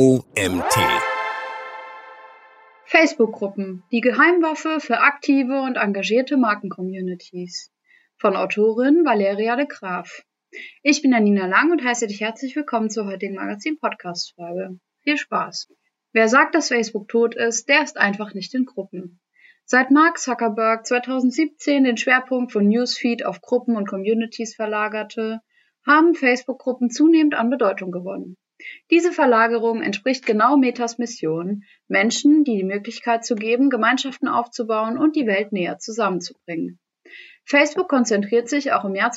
OMT. Facebook-Gruppen, die Geheimwaffe für aktive und engagierte Marken-Communities. Von Autorin Valeria de Graaf. Ich bin Nina Lang und heiße dich herzlich willkommen zur heutigen Magazin-Podcast-Folge. Viel Spaß! Wer sagt, dass Facebook tot ist, der ist einfach nicht in Gruppen. Seit Mark Zuckerberg 2017 den Schwerpunkt von Newsfeed auf Gruppen und Communities verlagerte, haben Facebook-Gruppen zunehmend an Bedeutung gewonnen. Diese Verlagerung entspricht genau Metas Mission, Menschen die Möglichkeit zu geben, Gemeinschaften aufzubauen und die Welt näher zusammenzubringen. Facebook konzentriert sich auch im Jahr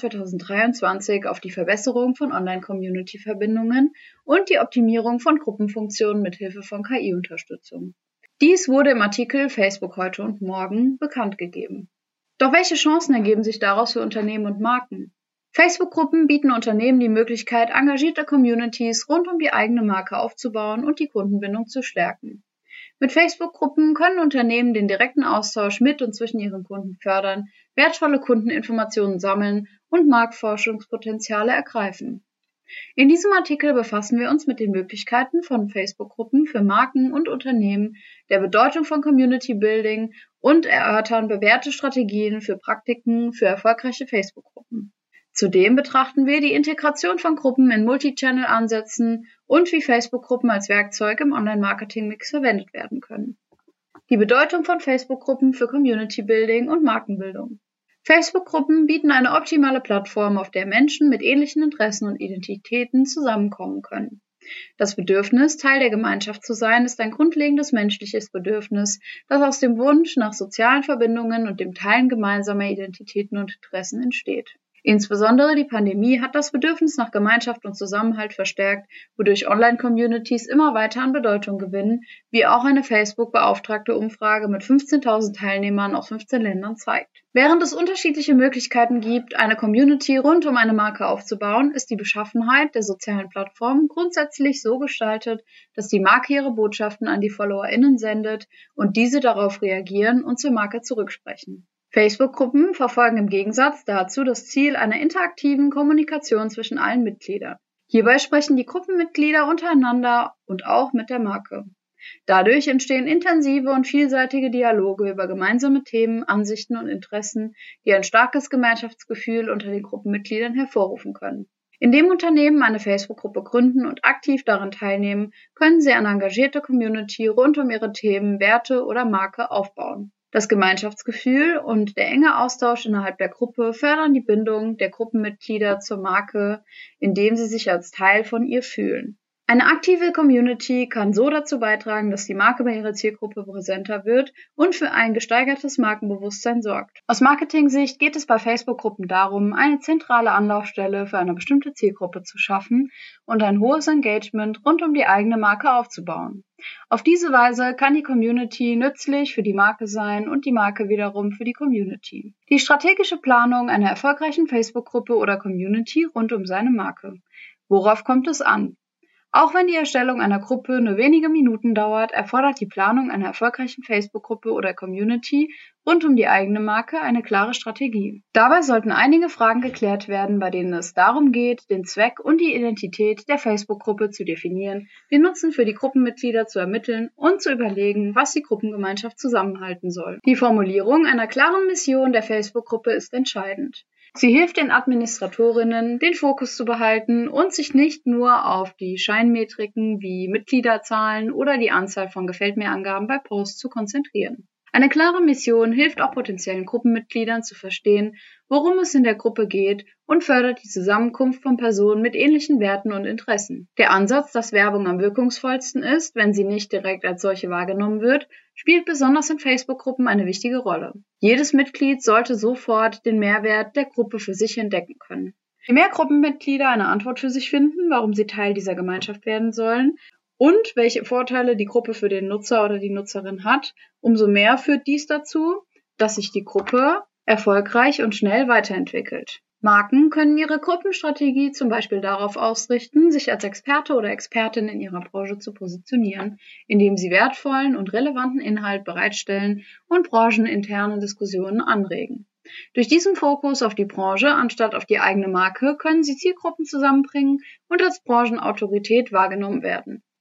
2023 auf die Verbesserung von Online-Community-Verbindungen und die Optimierung von Gruppenfunktionen mit Hilfe von KI-Unterstützung. Dies wurde im Artikel Facebook heute und morgen bekannt gegeben. Doch welche Chancen ergeben sich daraus für Unternehmen und Marken? Facebook-Gruppen bieten Unternehmen die Möglichkeit, engagierte Communities rund um die eigene Marke aufzubauen und die Kundenbindung zu stärken. Mit Facebook-Gruppen können Unternehmen den direkten Austausch mit und zwischen ihren Kunden fördern, wertvolle Kundeninformationen sammeln und Marktforschungspotenziale ergreifen. In diesem Artikel befassen wir uns mit den Möglichkeiten von Facebook-Gruppen für Marken und Unternehmen, der Bedeutung von Community Building und erörtern bewährte Strategien für Praktiken für erfolgreiche Facebook-Gruppen. Zudem betrachten wir die Integration von Gruppen in Multichannel-Ansätzen und wie Facebook-Gruppen als Werkzeug im Online-Marketing-Mix verwendet werden können. Die Bedeutung von Facebook-Gruppen für Community-Building und Markenbildung. Facebook-Gruppen bieten eine optimale Plattform, auf der Menschen mit ähnlichen Interessen und Identitäten zusammenkommen können. Das Bedürfnis, Teil der Gemeinschaft zu sein, ist ein grundlegendes menschliches Bedürfnis, das aus dem Wunsch nach sozialen Verbindungen und dem Teilen gemeinsamer Identitäten und Interessen entsteht. Insbesondere die Pandemie hat das Bedürfnis nach Gemeinschaft und Zusammenhalt verstärkt, wodurch Online-Communities immer weiter an Bedeutung gewinnen, wie auch eine Facebook-beauftragte Umfrage mit 15.000 Teilnehmern aus 15 Ländern zeigt. Während es unterschiedliche Möglichkeiten gibt, eine Community rund um eine Marke aufzubauen, ist die Beschaffenheit der sozialen Plattformen grundsätzlich so gestaltet, dass die Marke ihre Botschaften an die FollowerInnen sendet und diese darauf reagieren und zur Marke zurücksprechen. Facebook-Gruppen verfolgen im Gegensatz dazu das Ziel einer interaktiven Kommunikation zwischen allen Mitgliedern. Hierbei sprechen die Gruppenmitglieder untereinander und auch mit der Marke. Dadurch entstehen intensive und vielseitige Dialoge über gemeinsame Themen, Ansichten und Interessen, die ein starkes Gemeinschaftsgefühl unter den Gruppenmitgliedern hervorrufen können. Indem Unternehmen eine Facebook-Gruppe gründen und aktiv daran teilnehmen, können sie eine engagierte Community rund um ihre Themen, Werte oder Marke aufbauen. Das Gemeinschaftsgefühl und der enge Austausch innerhalb der Gruppe fördern die Bindung der Gruppenmitglieder zur Marke, indem sie sich als Teil von ihr fühlen. Eine aktive Community kann so dazu beitragen, dass die Marke bei ihrer Zielgruppe präsenter wird und für ein gesteigertes Markenbewusstsein sorgt. Aus Marketing-Sicht geht es bei Facebook-Gruppen darum, eine zentrale Anlaufstelle für eine bestimmte Zielgruppe zu schaffen und ein hohes Engagement rund um die eigene Marke aufzubauen. Auf diese Weise kann die Community nützlich für die Marke sein und die Marke wiederum für die Community. Die strategische Planung einer erfolgreichen Facebook-Gruppe oder Community rund um seine Marke. Worauf kommt es an? Auch wenn die Erstellung einer Gruppe nur wenige Minuten dauert, erfordert die Planung einer erfolgreichen Facebook-Gruppe oder Community rund um die eigene Marke eine klare Strategie. Dabei sollten einige Fragen geklärt werden, bei denen es darum geht, den Zweck und die Identität der Facebook-Gruppe zu definieren, den Nutzen für die Gruppenmitglieder zu ermitteln und zu überlegen, was die Gruppengemeinschaft zusammenhalten soll. Die Formulierung einer klaren Mission der Facebook-Gruppe ist entscheidend. Sie hilft den Administratorinnen, den Fokus zu behalten und sich nicht nur auf die Scheinmetriken wie Mitgliederzahlen oder die Anzahl von Gefällt-mir-Angaben bei Posts zu konzentrieren. Eine klare Mission hilft auch potenziellen Gruppenmitgliedern zu verstehen, worum es in der Gruppe geht und fördert die Zusammenkunft von Personen mit ähnlichen Werten und Interessen. Der Ansatz, dass Werbung am wirkungsvollsten ist, wenn sie nicht direkt als solche wahrgenommen wird, spielt besonders in Facebook-Gruppen eine wichtige Rolle. Jedes Mitglied sollte sofort den Mehrwert der Gruppe für sich entdecken können. Je mehr Gruppenmitglieder eine Antwort für sich finden, warum sie Teil dieser Gemeinschaft werden sollen, und welche Vorteile die Gruppe für den Nutzer oder die Nutzerin hat, umso mehr führt dies dazu, dass sich die Gruppe erfolgreich und schnell weiterentwickelt. Marken können ihre Gruppenstrategie zum Beispiel darauf ausrichten, sich als Experte oder Expertin in ihrer Branche zu positionieren, indem sie wertvollen und relevanten Inhalt bereitstellen und brancheninterne Diskussionen anregen. Durch diesen Fokus auf die Branche anstatt auf die eigene Marke können sie Zielgruppen zusammenbringen und als Branchenautorität wahrgenommen werden.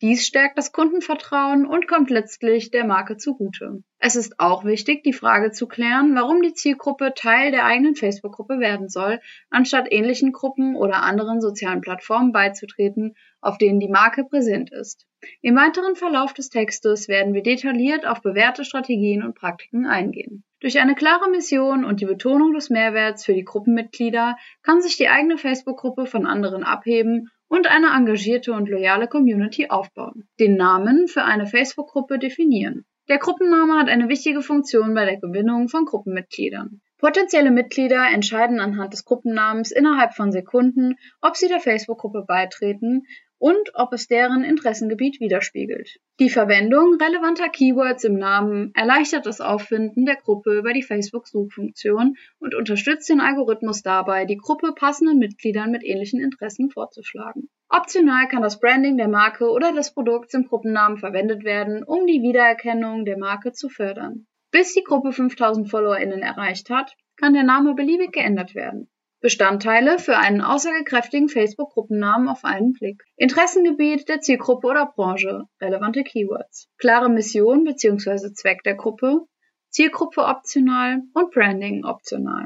Dies stärkt das Kundenvertrauen und kommt letztlich der Marke zugute. Es ist auch wichtig, die Frage zu klären, warum die Zielgruppe Teil der eigenen Facebook-Gruppe werden soll, anstatt ähnlichen Gruppen oder anderen sozialen Plattformen beizutreten, auf denen die Marke präsent ist. Im weiteren Verlauf des Textes werden wir detailliert auf bewährte Strategien und Praktiken eingehen. Durch eine klare Mission und die Betonung des Mehrwerts für die Gruppenmitglieder kann sich die eigene Facebook-Gruppe von anderen abheben und eine engagierte und loyale Community aufbauen. Den Namen für eine Facebook-Gruppe definieren. Der Gruppenname hat eine wichtige Funktion bei der Gewinnung von Gruppenmitgliedern. Potenzielle Mitglieder entscheiden anhand des Gruppennamens innerhalb von Sekunden, ob sie der Facebook-Gruppe beitreten und ob es deren Interessengebiet widerspiegelt. Die Verwendung relevanter Keywords im Namen erleichtert das Auffinden der Gruppe über die Facebook-Suchfunktion und unterstützt den Algorithmus dabei, die Gruppe passenden Mitgliedern mit ähnlichen Interessen vorzuschlagen. Optional kann das Branding der Marke oder des Produkts im Gruppennamen verwendet werden, um die Wiedererkennung der Marke zu fördern. Bis die Gruppe 5000 FollowerInnen erreicht hat, kann der Name beliebig geändert werden. Bestandteile für einen aussagekräftigen Facebook-Gruppennamen auf einen Blick. Interessengebiet der Zielgruppe oder Branche, relevante Keywords. Klare Mission bzw. Zweck der Gruppe, Zielgruppe optional und Branding optional.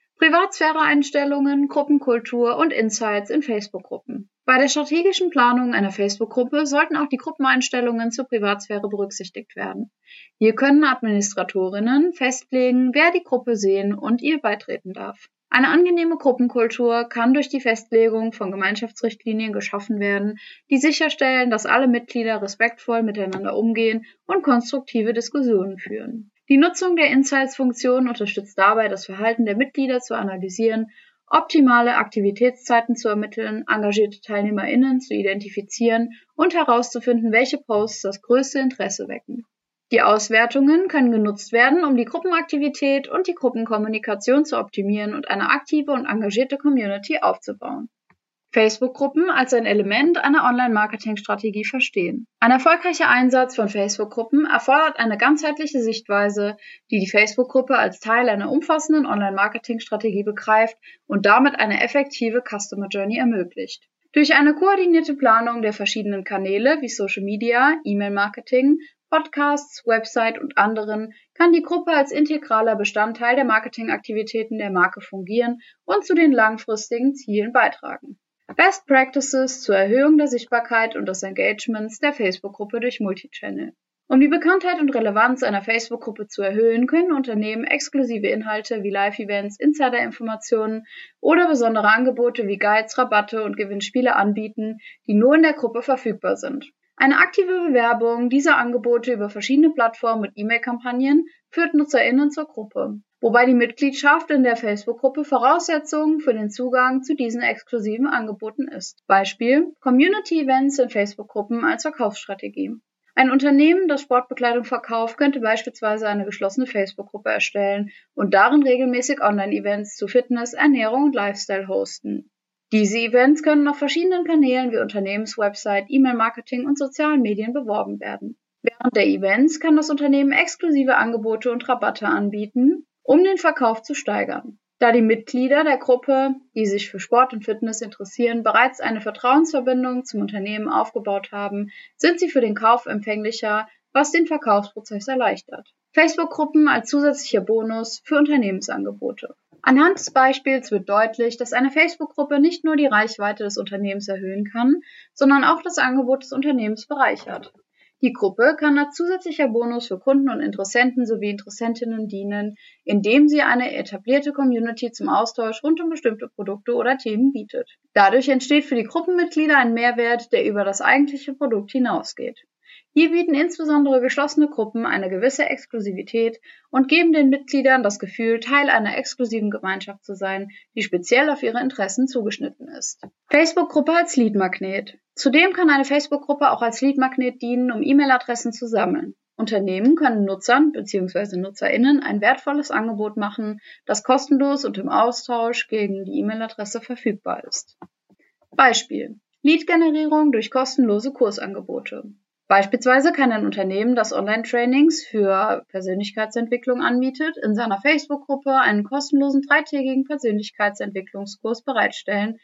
Privatsphäre-Einstellungen, Gruppenkultur und Insights in Facebook-Gruppen. Bei der strategischen Planung einer Facebook-Gruppe sollten auch die Gruppeneinstellungen zur Privatsphäre berücksichtigt werden. Hier können Administratorinnen festlegen, wer die Gruppe sehen und ihr beitreten darf. Eine angenehme Gruppenkultur kann durch die Festlegung von Gemeinschaftsrichtlinien geschaffen werden, die sicherstellen, dass alle Mitglieder respektvoll miteinander umgehen und konstruktive Diskussionen führen. Die Nutzung der Insights-Funktion unterstützt dabei, das Verhalten der Mitglieder zu analysieren, optimale Aktivitätszeiten zu ermitteln, engagierte TeilnehmerInnen zu identifizieren und herauszufinden, welche Posts das größte Interesse wecken. Die Auswertungen können genutzt werden, um die Gruppenaktivität und die Gruppenkommunikation zu optimieren und eine aktive und engagierte Community aufzubauen. Facebook-Gruppen als ein Element einer Online-Marketing-Strategie verstehen. Ein erfolgreicher Einsatz von Facebook-Gruppen erfordert eine ganzheitliche Sichtweise, die die Facebook-Gruppe als Teil einer umfassenden Online-Marketing-Strategie begreift und damit eine effektive Customer Journey ermöglicht. Durch eine koordinierte Planung der verschiedenen Kanäle wie Social Media, E-Mail-Marketing, Podcasts, Website und anderen kann die Gruppe als integraler Bestandteil der Marketingaktivitäten der Marke fungieren und zu den langfristigen Zielen beitragen. Best Practices zur Erhöhung der Sichtbarkeit und des Engagements der Facebook-Gruppe durch Multichannel. Um die Bekanntheit und Relevanz einer Facebook-Gruppe zu erhöhen, können Unternehmen exklusive Inhalte wie Live-Events, Insider-Informationen oder besondere Angebote wie Guides, Rabatte und Gewinnspiele anbieten, die nur in der Gruppe verfügbar sind. Eine aktive Bewerbung dieser Angebote über verschiedene Plattformen und E-Mail-Kampagnen führt NutzerInnen zur Gruppe, wobei die Mitgliedschaft in der Facebook-Gruppe Voraussetzung für den Zugang zu diesen exklusiven Angeboten ist. Beispiel: Community-Events in Facebook-Gruppen als Verkaufsstrategie. Ein Unternehmen, das Sportbekleidung verkauft, könnte beispielsweise eine geschlossene Facebook-Gruppe erstellen und darin regelmäßig Online-Events zu Fitness, Ernährung und Lifestyle hosten. Diese Events können auf verschiedenen Kanälen wie Unternehmenswebsite, E-Mail-Marketing und sozialen Medien beworben werden. Während der Events kann das Unternehmen exklusive Angebote und Rabatte anbieten, um den Verkauf zu steigern. Da die Mitglieder der Gruppe, die sich für Sport und Fitness interessieren, bereits eine Vertrauensverbindung zum Unternehmen aufgebaut haben, sind sie für den Kauf empfänglicher, was den Verkaufsprozess erleichtert. Facebook-Gruppen als zusätzlicher Bonus für Unternehmensangebote. Anhand des Beispiels wird deutlich, dass eine Facebook-Gruppe nicht nur die Reichweite des Unternehmens erhöhen kann, sondern auch das Angebot des Unternehmens bereichert. Die Gruppe kann als zusätzlicher Bonus für Kunden und Interessenten sowie Interessentinnen dienen, indem sie eine etablierte Community zum Austausch rund um bestimmte Produkte oder Themen bietet. Dadurch entsteht für die Gruppenmitglieder ein Mehrwert, der über das eigentliche Produkt hinausgeht. Hier bieten insbesondere geschlossene Gruppen eine gewisse Exklusivität und geben den Mitgliedern das Gefühl, Teil einer exklusiven Gemeinschaft zu sein, die speziell auf ihre Interessen zugeschnitten ist. Facebook-Gruppe als Leadmagnet. Zudem kann eine Facebook-Gruppe auch als Leadmagnet dienen, um E-Mail-Adressen zu sammeln. Unternehmen können Nutzern bzw. NutzerInnen ein wertvolles Angebot machen, das kostenlos und im Austausch gegen die E-Mail-Adresse verfügbar ist. Beispiel: Lead-Generierung durch kostenlose Kursangebote. Beispielsweise kann ein Unternehmen, das Online-Trainings für Persönlichkeitsentwicklung anbietet, in seiner Facebook-Gruppe einen kostenlosen 3-tägigen Persönlichkeitsentwicklungskurs bereitstellen,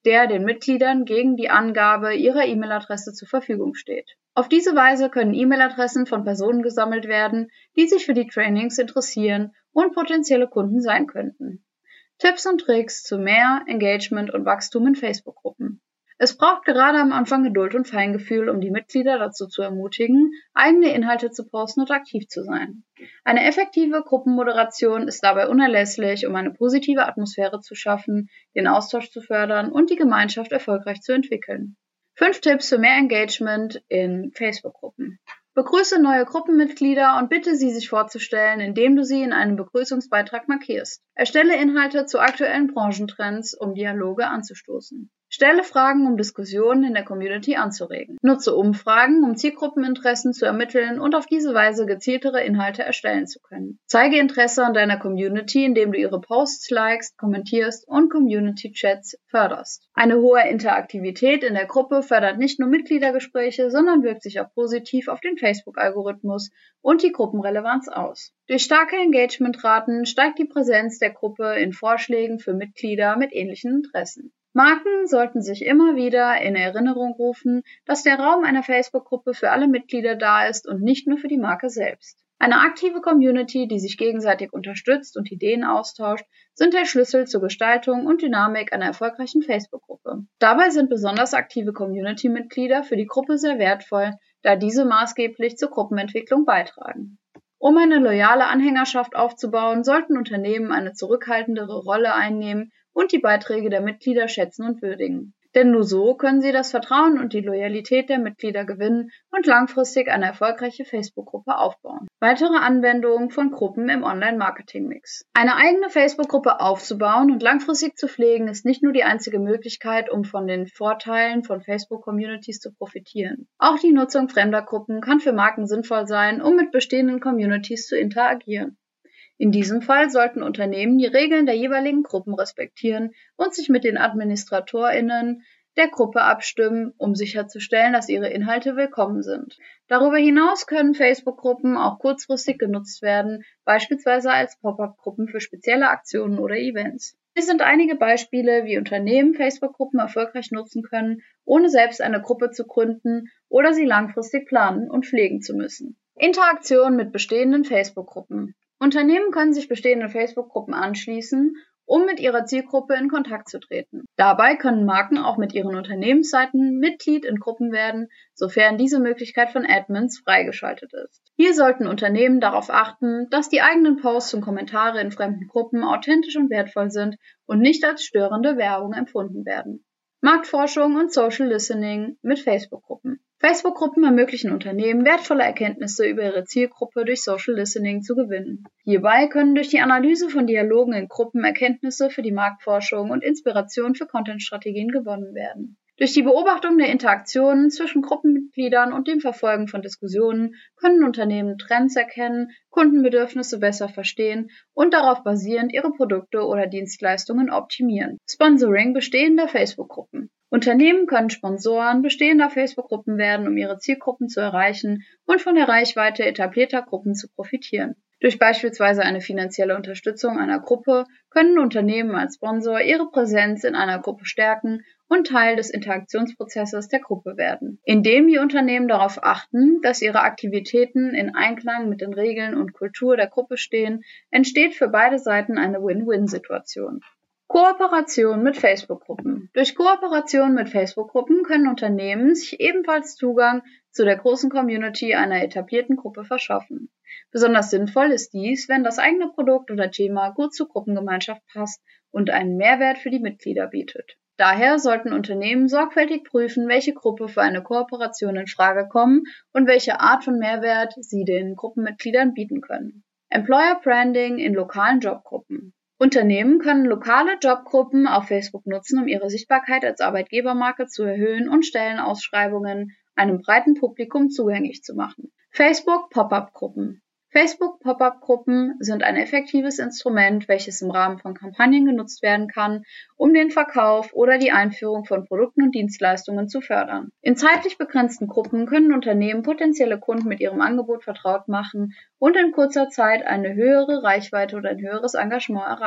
der den Mitgliedern gegen die Angabe ihrer E-Mail-Adresse zur Verfügung steht. Auf diese Weise können E-Mail-Adressen von Personen gesammelt werden, die sich für die Trainings interessieren und potenzielle Kunden sein könnten. Tipps und Tricks zu mehr Engagement und Wachstum in Facebook-Gruppen. Es braucht gerade am Anfang Geduld und Feingefühl, um die Mitglieder dazu zu ermutigen, eigene Inhalte zu posten und aktiv zu sein. Eine effektive Gruppenmoderation ist dabei unerlässlich, um eine positive Atmosphäre zu schaffen, den Austausch zu fördern und die Gemeinschaft erfolgreich zu entwickeln. 5 Tipps für mehr Engagement in Facebook-Gruppen. Begrüße neue Gruppenmitglieder und bitte sie, sich vorzustellen, indem du sie in einem Begrüßungsbeitrag markierst. Erstelle Inhalte zu aktuellen Branchentrends, um Dialoge anzustoßen. Stelle Fragen, um Diskussionen in der Community anzuregen. Nutze Umfragen, um Zielgruppeninteressen zu ermitteln und auf diese Weise gezieltere Inhalte erstellen zu können. Zeige Interesse an deiner Community, indem du ihre Posts likest, kommentierst und Community-Chats förderst. Eine hohe Interaktivität in der Gruppe fördert nicht nur Mitgliedergespräche, sondern wirkt sich auch positiv auf den Facebook-Algorithmus und die Gruppenrelevanz aus. Durch starke Engagementraten steigt die Präsenz der Gruppe in Vorschlägen für Mitglieder mit ähnlichen Interessen. Marken sollten sich immer wieder in Erinnerung rufen, dass der Raum einer Facebook-Gruppe für alle Mitglieder da ist und nicht nur für die Marke selbst. Eine aktive Community, die sich gegenseitig unterstützt und Ideen austauscht, sind der Schlüssel zur Gestaltung und Dynamik einer erfolgreichen Facebook-Gruppe. Dabei sind besonders aktive Community-Mitglieder für die Gruppe sehr wertvoll, da diese maßgeblich zur Gruppenentwicklung beitragen. Um eine loyale Anhängerschaft aufzubauen, sollten Unternehmen eine zurückhaltendere Rolle einnehmen und die Beiträge der Mitglieder schätzen und würdigen. Denn nur so können sie das Vertrauen und die Loyalität der Mitglieder gewinnen und langfristig eine erfolgreiche Facebook-Gruppe aufbauen. Weitere Anwendungen von Gruppen im Online-Marketing-Mix. Eine eigene Facebook-Gruppe aufzubauen und langfristig zu pflegen, ist nicht nur die einzige Möglichkeit, um von den Vorteilen von Facebook-Communities zu profitieren. Auch die Nutzung fremder Gruppen kann für Marken sinnvoll sein, um mit bestehenden Communities zu interagieren. In diesem Fall sollten Unternehmen die Regeln der jeweiligen Gruppen respektieren und sich mit den AdministratorInnen der Gruppe abstimmen, um sicherzustellen, dass ihre Inhalte willkommen sind. Darüber hinaus können Facebook-Gruppen auch kurzfristig genutzt werden, beispielsweise als Pop-up-Gruppen für spezielle Aktionen oder Events. Hier sind einige Beispiele, wie Unternehmen Facebook-Gruppen erfolgreich nutzen können, ohne selbst eine Gruppe zu gründen oder sie langfristig planen und pflegen zu müssen. Interaktion mit bestehenden Facebook-Gruppen. Unternehmen können sich bestehenden Facebook-Gruppen anschließen, um mit ihrer Zielgruppe in Kontakt zu treten. Dabei können Marken auch mit ihren Unternehmensseiten Mitglied in Gruppen werden, sofern diese Möglichkeit von Admins freigeschaltet ist. Hier sollten Unternehmen darauf achten, dass die eigenen Posts und Kommentare in fremden Gruppen authentisch und wertvoll sind und nicht als störende Werbung empfunden werden. Marktforschung und Social Listening mit Facebook-Gruppen. Facebook-Gruppen ermöglichen Unternehmen, wertvolle Erkenntnisse über ihre Zielgruppe durch Social Listening zu gewinnen. Hierbei können durch die Analyse von Dialogen in Gruppen Erkenntnisse für die Marktforschung und Inspiration für Content-Strategien gewonnen werden. Durch die Beobachtung der Interaktionen zwischen Gruppenmitgliedern und dem Verfolgen von Diskussionen können Unternehmen Trends erkennen, Kundenbedürfnisse besser verstehen und darauf basierend ihre Produkte oder Dienstleistungen optimieren. Sponsoring bestehender Facebook-Gruppen. Unternehmen können Sponsoren bestehender Facebook-Gruppen werden, um ihre Zielgruppen zu erreichen und von der Reichweite etablierter Gruppen zu profitieren. Durch beispielsweise eine finanzielle Unterstützung einer Gruppe können Unternehmen als Sponsor ihre Präsenz in einer Gruppe stärken und Teil des Interaktionsprozesses der Gruppe werden. Indem die Unternehmen darauf achten, dass ihre Aktivitäten in Einklang mit den Regeln und Kultur der Gruppe stehen, entsteht für beide Seiten eine Win-Win-Situation. Kooperation mit Facebook-Gruppen. Durch Kooperation mit Facebook-Gruppen können Unternehmen sich ebenfalls Zugang zu der großen Community einer etablierten Gruppe verschaffen. Besonders sinnvoll ist dies, wenn das eigene Produkt oder Thema gut zur Gruppengemeinschaft passt und einen Mehrwert für die Mitglieder bietet. Daher sollten Unternehmen sorgfältig prüfen, welche Gruppe für eine Kooperation in Frage kommen und welche Art von Mehrwert sie den Gruppenmitgliedern bieten können. Employer Branding in lokalen Jobgruppen. Unternehmen können lokale Jobgruppen auf Facebook nutzen, um ihre Sichtbarkeit als Arbeitgebermarke zu erhöhen und Stellenausschreibungen einem breiten Publikum zugänglich zu machen. Facebook Pop-up-Gruppen. Facebook Pop-up-Gruppen sind ein effektives Instrument, welches im Rahmen von Kampagnen genutzt werden kann, um den Verkauf oder die Einführung von Produkten und Dienstleistungen zu fördern. In zeitlich begrenzten Gruppen können Unternehmen potenzielle Kunden mit ihrem Angebot vertraut machen und in kurzer Zeit eine höhere Reichweite oder ein höheres Engagement erreichen.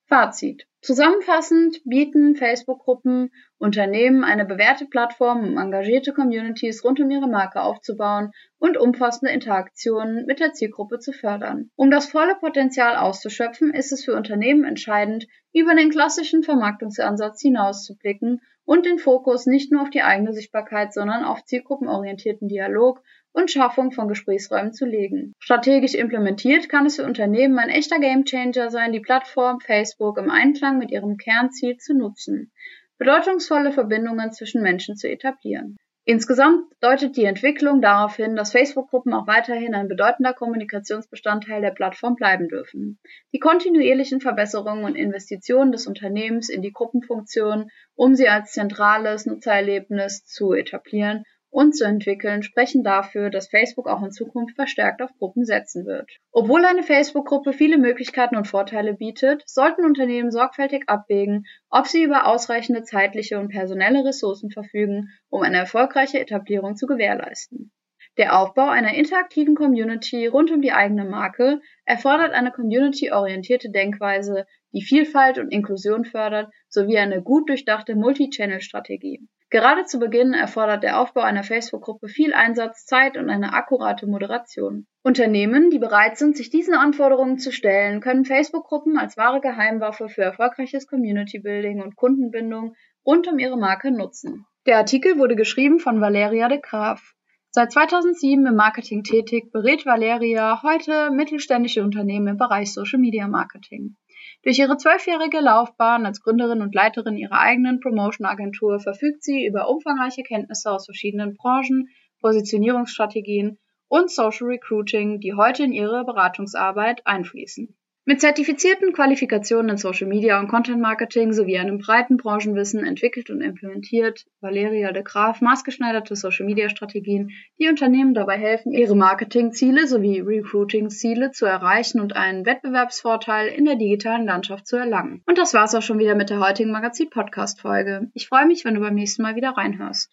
Fazit. Zusammenfassend bieten Facebook-Gruppen Unternehmen eine bewährte Plattform, um engagierte Communities rund um ihre Marke aufzubauen und umfassende Interaktionen mit der Zielgruppe zu fördern. Um das volle Potenzial auszuschöpfen, ist es für Unternehmen entscheidend, über den klassischen Vermarktungsansatz hinauszublicken und den Fokus nicht nur auf die eigene Sichtbarkeit, sondern auf zielgruppenorientierten Dialog und Schaffung von Gesprächsräumen zu legen. Strategisch implementiert kann es für Unternehmen ein echter Gamechanger sein, die Plattform Facebook im Einklang mit ihrem Kernziel zu nutzen, bedeutungsvolle Verbindungen zwischen Menschen zu etablieren. Insgesamt deutet die Entwicklung darauf hin, dass Facebook-Gruppen auch weiterhin ein bedeutender Kommunikationsbestandteil der Plattform bleiben dürfen. Die kontinuierlichen Verbesserungen und Investitionen des Unternehmens in die Gruppenfunktion, um sie als zentrales Nutzererlebnis zu etablieren und zu entwickeln, sprechen dafür, dass Facebook auch in Zukunft verstärkt auf Gruppen setzen wird. Obwohl eine Facebook-Gruppe viele Möglichkeiten und Vorteile bietet, sollten Unternehmen sorgfältig abwägen, ob sie über ausreichende zeitliche und personelle Ressourcen verfügen, um eine erfolgreiche Etablierung zu gewährleisten. Der Aufbau einer interaktiven Community rund um die eigene Marke erfordert eine community-orientierte Denkweise, die Vielfalt und Inklusion fördert, sowie eine gut durchdachte Multi-Channel-Strategie. Gerade zu Beginn erfordert der Aufbau einer Facebook-Gruppe viel Einsatz, Zeit und eine akkurate Moderation. Unternehmen, die bereit sind, sich diesen Anforderungen zu stellen, können Facebook-Gruppen als wahre Geheimwaffe für erfolgreiches Community-Building und Kundenbindung rund um ihre Marke nutzen. Der Artikel wurde geschrieben von Valeria de Graaf. Seit 2007 im Marketing tätig, berät Valeria heute mittelständische Unternehmen im Bereich Social Media Marketing. Durch ihre 12-jährige Laufbahn als Gründerin und Leiterin ihrer eigenen Promotion-Agentur verfügt sie über umfangreiche Kenntnisse aus verschiedenen Branchen, Positionierungsstrategien und Social Recruiting, die heute in ihre Beratungsarbeit einfließen. Mit zertifizierten Qualifikationen in Social Media und Content Marketing sowie einem breiten Branchenwissen entwickelt und implementiert Valeria de Graaf maßgeschneiderte Social Media Strategien, die Unternehmen dabei helfen, ihre Marketingziele sowie Recruiting-Ziele zu erreichen und einen Wettbewerbsvorteil in der digitalen Landschaft zu erlangen. Und das war's auch schon wieder mit der heutigen Magazin-Podcast-Folge. Ich freue mich, wenn du beim nächsten Mal wieder reinhörst.